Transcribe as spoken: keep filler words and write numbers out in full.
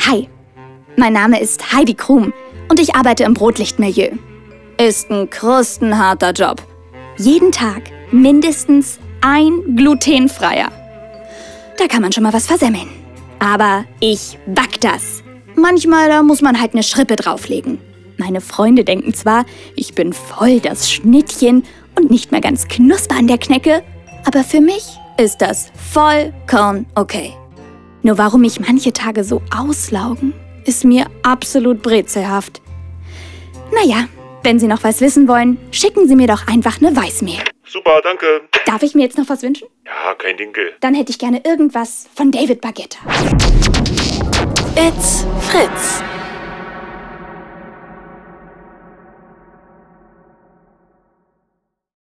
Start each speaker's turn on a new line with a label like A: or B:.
A: Hi, mein Name ist Heidi Krum und ich arbeite im Brotlichtmilieu. Ist ein krustenharter Job. Jeden Tag mindestens ein glutenfreier. Da kann man schon mal was versemmeln. Aber ich back das. Manchmal da muss man halt eine Schrippe drauflegen. Meine Freunde denken zwar, ich bin voll das Schnittchen und nicht mehr ganz knusper an der Knecke, aber für mich ist das vollkommen okay. Nur warum mich manche Tage so auslaugen, ist mir absolut brezelhaft. Naja, wenn Sie noch was wissen wollen, schicken Sie mir doch einfach eine Voicemail.
B: Super, danke.
A: Darf ich mir jetzt noch was wünschen?
B: Ja, kein Dinkel.
A: Dann hätte ich gerne irgendwas von David Baguetta.
C: It's Fritz.